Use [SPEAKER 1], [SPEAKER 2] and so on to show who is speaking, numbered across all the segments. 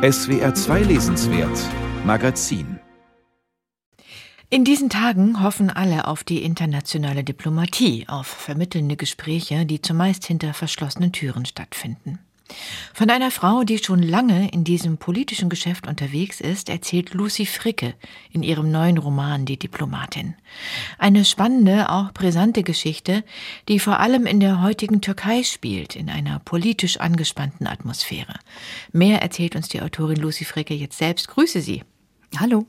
[SPEAKER 1] SWR 2 Lesenswert Magazin.
[SPEAKER 2] In diesen Tagen hoffen alle auf die internationale Diplomatie, auf vermittelnde Gespräche, die zumeist hinter verschlossenen Türen stattfinden. Von einer Frau, die schon lange in diesem politischen Geschäft unterwegs ist, erzählt Lucy Fricke in ihrem neuen Roman Die Diplomatin. Eine spannende, auch brisante Geschichte, die vor allem in der heutigen Türkei spielt, in einer politisch angespannten Atmosphäre. Mehr erzählt uns die Autorin Lucy Fricke jetzt selbst. Grüße Sie.
[SPEAKER 3] Hallo.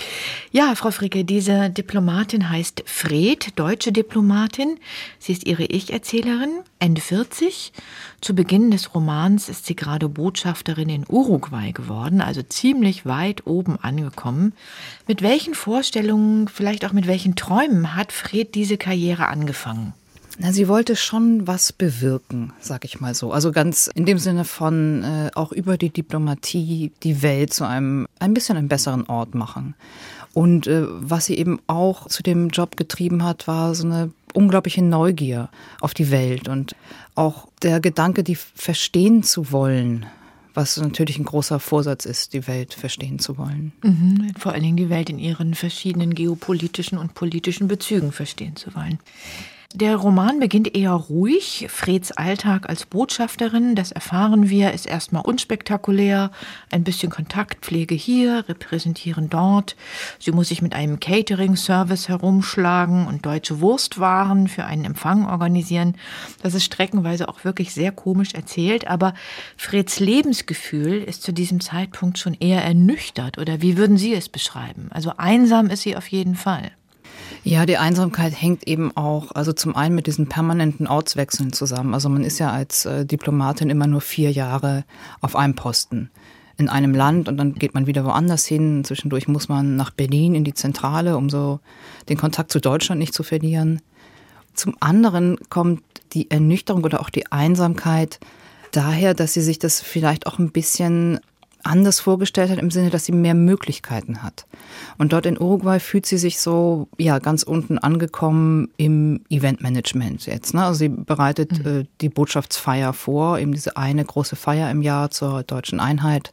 [SPEAKER 2] Ja, Frau Fricke, diese Diplomatin heißt Fred, deutsche Diplomatin. Sie ist ihre Ich-Erzählerin, Ende 40. Zu Beginn des Romans ist sie gerade Botschafterin in Uruguay geworden, also ziemlich weit oben angekommen. Mit welchen Vorstellungen, vielleicht auch mit welchen Träumen hat Fred diese Karriere angefangen?
[SPEAKER 3] Na, sie wollte schon was bewirken, sag ich mal so. Also ganz in dem Sinne von auch über die Diplomatie die Welt zu ein bisschen einen besseren Ort machen. Und was sie eben auch zu dem Job getrieben hat, war so eine unglaubliche Neugier auf die Welt und auch der Gedanke, die verstehen zu wollen, was natürlich ein großer Vorsatz ist, die Welt verstehen zu wollen.
[SPEAKER 2] Vor allen Dingen die Welt in ihren verschiedenen geopolitischen und politischen Bezügen verstehen zu wollen. Der Roman beginnt eher ruhig. Freds Alltag als Botschafterin, das erfahren wir, ist erstmal unspektakulär. Ein bisschen Kontaktpflege hier, repräsentieren dort. Sie muss sich mit einem Catering-Service herumschlagen und deutsche Wurstwaren für einen Empfang organisieren. Das ist streckenweise auch wirklich sehr komisch erzählt, aber Freds Lebensgefühl ist zu diesem Zeitpunkt schon eher ernüchtert. Oder wie würden Sie es beschreiben? Also einsam ist sie auf jeden Fall.
[SPEAKER 3] Ja, die Einsamkeit hängt eben auch, also zum einen mit diesen permanenten Ortswechseln zusammen. Also man ist ja als Diplomatin immer nur 4 Jahre auf einem Posten in einem Land und dann geht man wieder woanders hin. Zwischendurch muss man nach Berlin in die Zentrale, um so den Kontakt zu Deutschland nicht zu verlieren. Zum anderen kommt die Ernüchterung oder auch die Einsamkeit daher, dass sie sich das vielleicht auch ein bisschen anders vorgestellt hat, im Sinne, dass sie mehr Möglichkeiten hat. Und dort in Uruguay fühlt sie sich so, ja, ganz unten angekommen im Eventmanagement jetzt, ne? Also sie bereitet die Botschaftsfeier vor, eben diese eine große Feier im Jahr zur deutschen Einheit.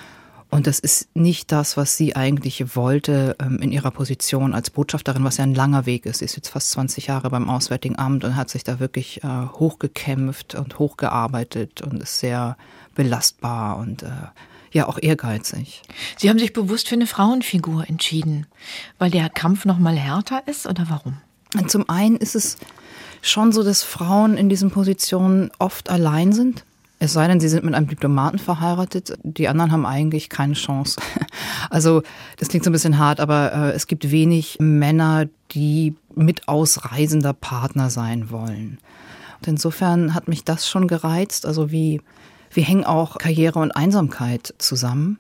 [SPEAKER 3] Und das ist nicht das, was sie eigentlich wollte in ihrer Position als Botschafterin, was ja ein langer Weg ist. Sie ist jetzt fast 20 Jahre beim Auswärtigen Amt und hat sich da wirklich hochgekämpft und hochgearbeitet und ist sehr belastbar und ja, auch ehrgeizig.
[SPEAKER 2] Sie haben sich bewusst für eine Frauenfigur entschieden, weil der Kampf noch mal härter ist oder warum?
[SPEAKER 3] Und zum einen ist es schon so, dass Frauen in diesen Positionen oft allein sind. Es sei denn, sie sind mit einem Diplomaten verheiratet. Die anderen haben eigentlich keine Chance. Also das klingt so ein bisschen hart, aber es gibt wenig Männer, die mit ausreisender Partner sein wollen. Und insofern hat mich das schon gereizt, also wie hängen auch Karriere und Einsamkeit zusammen.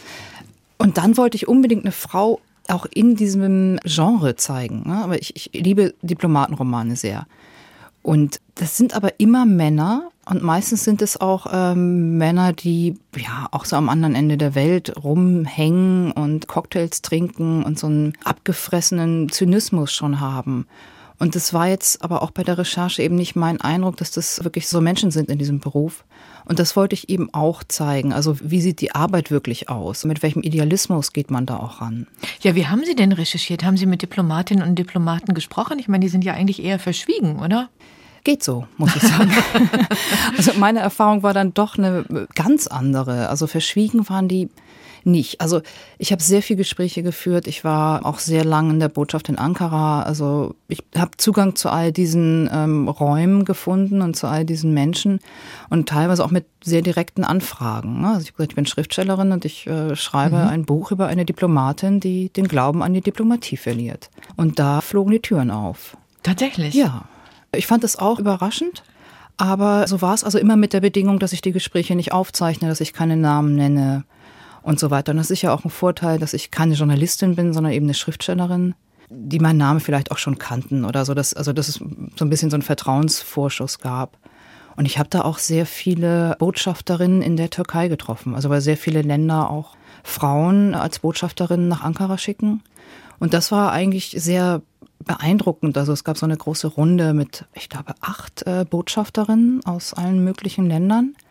[SPEAKER 3] Und dann wollte ich unbedingt eine Frau auch in diesem Genre zeigen. Aber ich liebe Diplomatenromane sehr. Und das sind aber immer Männer und meistens sind es auch Männer, die ja auch so am anderen Ende der Welt rumhängen und Cocktails trinken und so einen abgefressenen Zynismus schon haben. Und das war jetzt aber auch bei der Recherche eben nicht mein Eindruck, dass das wirklich so Menschen sind in diesem Beruf. Und das wollte ich eben auch zeigen. Also wie sieht die Arbeit wirklich aus? Mit welchem Idealismus geht man da auch ran?
[SPEAKER 2] Ja, wie haben Sie denn recherchiert? Haben Sie mit Diplomatinnen und Diplomaten gesprochen? Ich meine, die sind ja eigentlich eher verschwiegen, oder?
[SPEAKER 3] Geht so, muss ich sagen. Also meine Erfahrung war dann doch eine ganz andere. Also verschwiegen waren die nicht. Also ich habe sehr viele Gespräche geführt. Ich war auch sehr lang in der Botschaft in Ankara. Also ich habe Zugang zu all diesen Räumen gefunden und zu all diesen Menschen und teilweise auch mit sehr direkten Anfragen. Also ich habe gesagt, ich bin Schriftstellerin und ich schreibe ein Buch über eine Diplomatin, die den Glauben an die Diplomatie verliert. Und da flogen die Türen auf.
[SPEAKER 2] Tatsächlich?
[SPEAKER 3] Ja. Ich fand das auch überraschend. Aber so war es, also immer mit der Bedingung, dass ich die Gespräche nicht aufzeichne, dass ich keine Namen nenne und so weiter. Und das ist ja auch ein Vorteil, dass ich keine Journalistin bin, sondern eben eine Schriftstellerin, die meinen Namen vielleicht auch schon kannten oder so, dass es so ein bisschen so einen Vertrauensvorschuss gab. Und ich habe da auch sehr viele Botschafterinnen in der Türkei getroffen, also weil sehr viele Länder auch Frauen als Botschafterinnen nach Ankara schicken. Und das war eigentlich sehr beeindruckend. Also es gab so eine große Runde mit, ich glaube, 8 Botschafterinnen aus allen möglichen Ländern.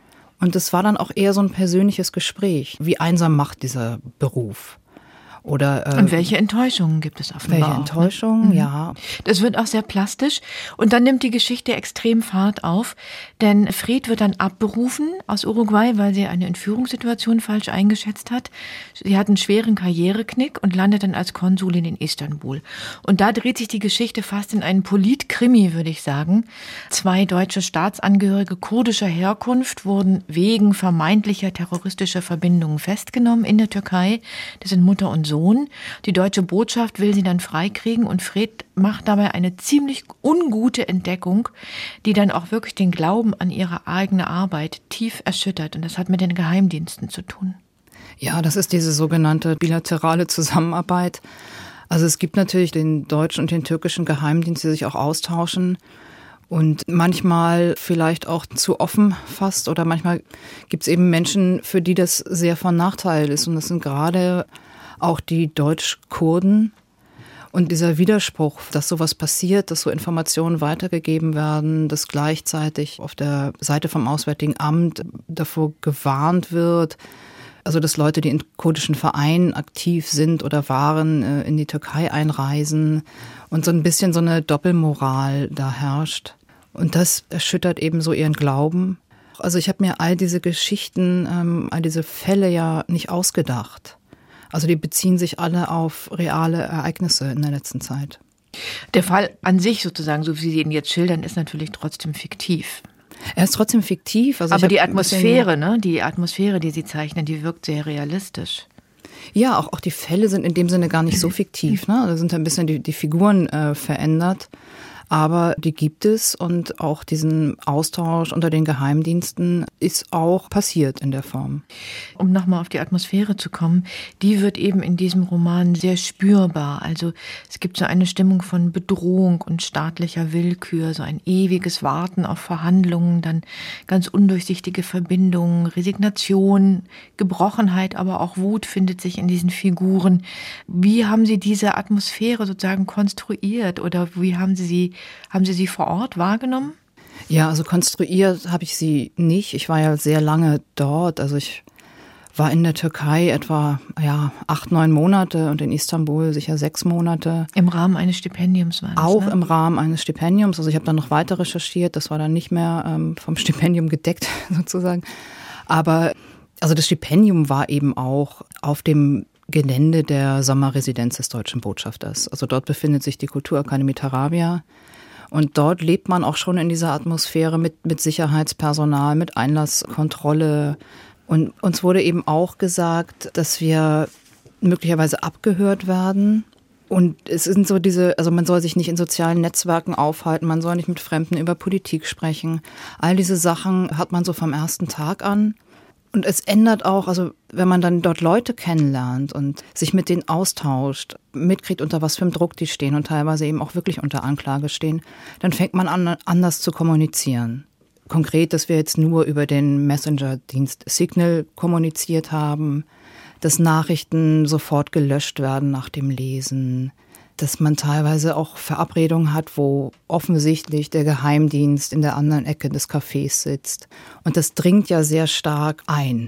[SPEAKER 3] Und es war dann auch eher so ein persönliches Gespräch. Wie einsam macht dieser Beruf? Oder,
[SPEAKER 2] und welche Enttäuschungen gibt es offenbar
[SPEAKER 3] welche
[SPEAKER 2] auch,
[SPEAKER 3] Enttäuschungen,
[SPEAKER 2] ne?
[SPEAKER 3] ja.
[SPEAKER 2] Das wird auch sehr plastisch und dann nimmt die Geschichte extrem Fahrt auf, denn Fred wird dann abberufen aus Uruguay, weil sie eine Entführungssituation falsch eingeschätzt hat. Sie hat einen schweren Karriereknick und landet dann als Konsulin in Istanbul. Und da dreht sich die Geschichte fast in einen Politkrimi, würde ich sagen. 2 deutsche Staatsangehörige kurdischer Herkunft wurden wegen vermeintlicher terroristischer Verbindungen festgenommen in der Türkei. Das sind Mutter und Sohn. Die deutsche Botschaft will sie dann freikriegen und Fred macht dabei eine ziemlich ungute Entdeckung, die dann auch wirklich den Glauben an ihre eigene Arbeit tief erschüttert. Und das hat mit den Geheimdiensten zu tun.
[SPEAKER 3] Ja, das ist diese sogenannte bilaterale Zusammenarbeit. Also es gibt natürlich den deutschen und den türkischen Geheimdienst, die sich auch austauschen. Und manchmal vielleicht auch zu offen fast oder manchmal gibt es eben Menschen, für die das sehr von Nachteil ist. Und das sind gerade auch die Deutsch-Kurden. Und dieser Widerspruch, dass sowas passiert, dass so Informationen weitergegeben werden, dass gleichzeitig auf der Seite vom Auswärtigen Amt davor gewarnt wird, also dass Leute, die in kurdischen Vereinen aktiv sind oder waren, in die Türkei einreisen und so ein bisschen so eine Doppelmoral da herrscht. Und das erschüttert eben so ihren Glauben. Also ich habe mir all diese Geschichten, all diese Fälle ja nicht ausgedacht. Also die beziehen sich alle auf reale Ereignisse in der letzten Zeit.
[SPEAKER 2] Der Fall an sich sozusagen, so wie Sie ihn jetzt schildern, ist natürlich trotzdem fiktiv.
[SPEAKER 3] Er ist trotzdem fiktiv. Also
[SPEAKER 2] aber die Atmosphäre, ne, die Atmosphäre, die Sie zeichnen, die wirkt sehr realistisch.
[SPEAKER 3] Ja, auch die Fälle sind in dem Sinne gar nicht so fiktiv. Ne? Da sind ein bisschen die Figuren verändert. Aber die gibt es und auch diesen Austausch unter den Geheimdiensten ist auch passiert in der Form.
[SPEAKER 2] Um nochmal auf die Atmosphäre zu kommen, die wird eben in diesem Roman sehr spürbar. Also es gibt so eine Stimmung von Bedrohung und staatlicher Willkür, so ein ewiges Warten auf Verhandlungen, dann ganz undurchsichtige Verbindungen, Resignation, Gebrochenheit, aber auch Wut findet sich in diesen Figuren. Wie haben Sie diese Atmosphäre sozusagen konstruiert oder wie haben Sie sie vor Ort wahrgenommen?
[SPEAKER 3] Ja, also konstruiert habe ich sie nicht. Ich war ja sehr lange dort. Also ich war in der Türkei etwa 8, 9 Monate und in Istanbul sicher 6 Monate.
[SPEAKER 2] Im Rahmen eines Stipendiums war das,
[SPEAKER 3] auch
[SPEAKER 2] ne?
[SPEAKER 3] Im Rahmen eines Stipendiums. Also ich habe dann noch weiter recherchiert. Das war dann nicht mehr vom Stipendium gedeckt sozusagen. Aber also das Stipendium war eben auch auf dem Gelände der Sommerresidenz des deutschen Botschafters. Also dort befindet sich die Kulturakademie Tarabya. Und dort lebt man auch schon in dieser Atmosphäre mit Sicherheitspersonal, mit Einlasskontrolle. Und uns wurde eben auch gesagt, dass wir möglicherweise abgehört werden. Und es sind so also man soll sich nicht in sozialen Netzwerken aufhalten, man soll nicht mit Fremden über Politik sprechen. All diese Sachen hat man so vom ersten Tag an. Und es ändert auch, also wenn man dann dort Leute kennenlernt und sich mit denen austauscht, mitkriegt, unter was für einem Druck die stehen und teilweise eben auch wirklich unter Anklage stehen, dann fängt man an, anders zu kommunizieren. Konkret, dass wir jetzt nur über den Messenger-Dienst Signal kommuniziert haben, dass Nachrichten sofort gelöscht werden nach dem Lesen, dass man teilweise auch Verabredungen hat, wo offensichtlich der Geheimdienst in der anderen Ecke des Cafés sitzt. Und das dringt ja sehr stark ein.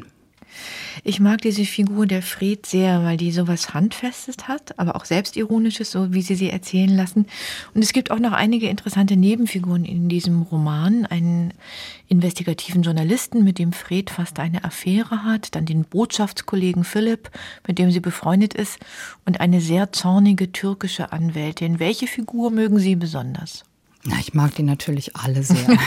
[SPEAKER 2] Ich mag diese Figur der Fred sehr, weil die sowas Handfestes hat, aber auch Selbstironisches, so wie sie erzählen lassen. Und es gibt auch noch einige interessante Nebenfiguren in diesem Roman. Einen investigativen Journalisten, mit dem Fred fast eine Affäre hat, dann den Botschaftskollegen Philipp, mit dem sie befreundet ist, und eine sehr zornige türkische Anwältin. Welche Figur mögen Sie besonders?
[SPEAKER 3] Na, ich mag die natürlich alle sehr.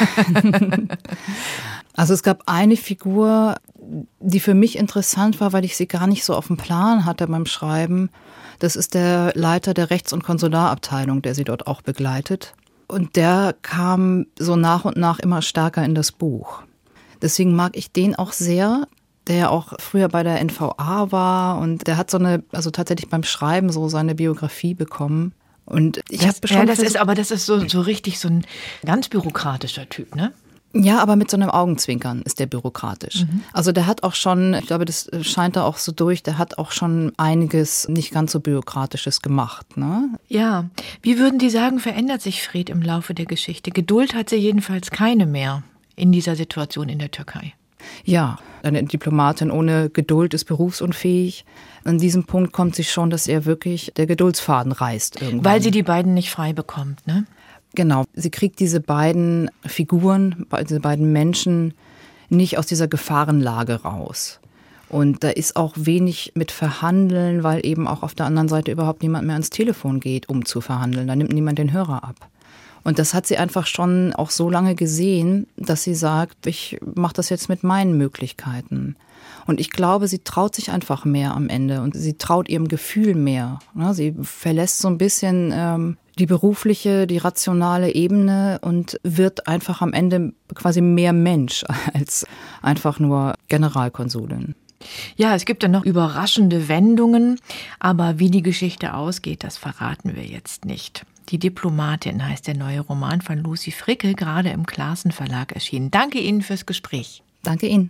[SPEAKER 3] Also es gab eine Figur, die für mich interessant war, weil ich sie gar nicht so auf dem Plan hatte beim Schreiben. Das ist der Leiter der Rechts- und Konsularabteilung, der sie dort auch begleitet. Und der kam so nach und nach immer stärker in das Buch. Deswegen mag ich den auch sehr, der ja auch früher bei der NVA war. Und der hat also tatsächlich beim Schreiben so seine Biografie bekommen. Und ich habe schon.
[SPEAKER 2] Ja, das ist so richtig so ein ganz bürokratischer Typ, ne?
[SPEAKER 3] Ja, aber mit so einem Augenzwinkern ist der bürokratisch. Mhm. Also der hat auch schon, ich glaube, das scheint da auch so durch, der hat auch schon einiges nicht ganz so Bürokratisches gemacht, ne?
[SPEAKER 2] Ja, wie würden Sie sagen, verändert sich Fred im Laufe der Geschichte? Geduld hat sie jedenfalls keine mehr in dieser Situation in der Türkei.
[SPEAKER 3] Ja, eine Diplomatin ohne Geduld ist berufsunfähig. An diesem Punkt kommt sie schon, dass ihr wirklich der Geduldsfaden reißt irgendwann.
[SPEAKER 2] Weil sie die beiden nicht frei bekommt, ne?
[SPEAKER 3] Genau, sie kriegt diese beiden Figuren, diese beiden Menschen nicht aus dieser Gefahrenlage raus. Und da ist auch wenig mit Verhandeln, weil eben auch auf der anderen Seite überhaupt niemand mehr ans Telefon geht, um zu verhandeln. Da nimmt niemand den Hörer ab. Und das hat sie einfach schon auch so lange gesehen, dass sie sagt, ich mache das jetzt mit meinen Möglichkeiten. Und ich glaube, sie traut sich einfach mehr am Ende und sie traut ihrem Gefühl mehr. Sie verlässt so ein bisschen die berufliche, die rationale Ebene und wird einfach am Ende quasi mehr Mensch als einfach nur Generalkonsulin.
[SPEAKER 2] Ja, es gibt dann noch überraschende Wendungen, aber wie die Geschichte ausgeht, das verraten wir jetzt nicht. Die Diplomatin heißt der neue Roman von Lucy Fricke, gerade im Classen Verlag erschienen. Danke Ihnen fürs Gespräch.
[SPEAKER 3] Danke Ihnen.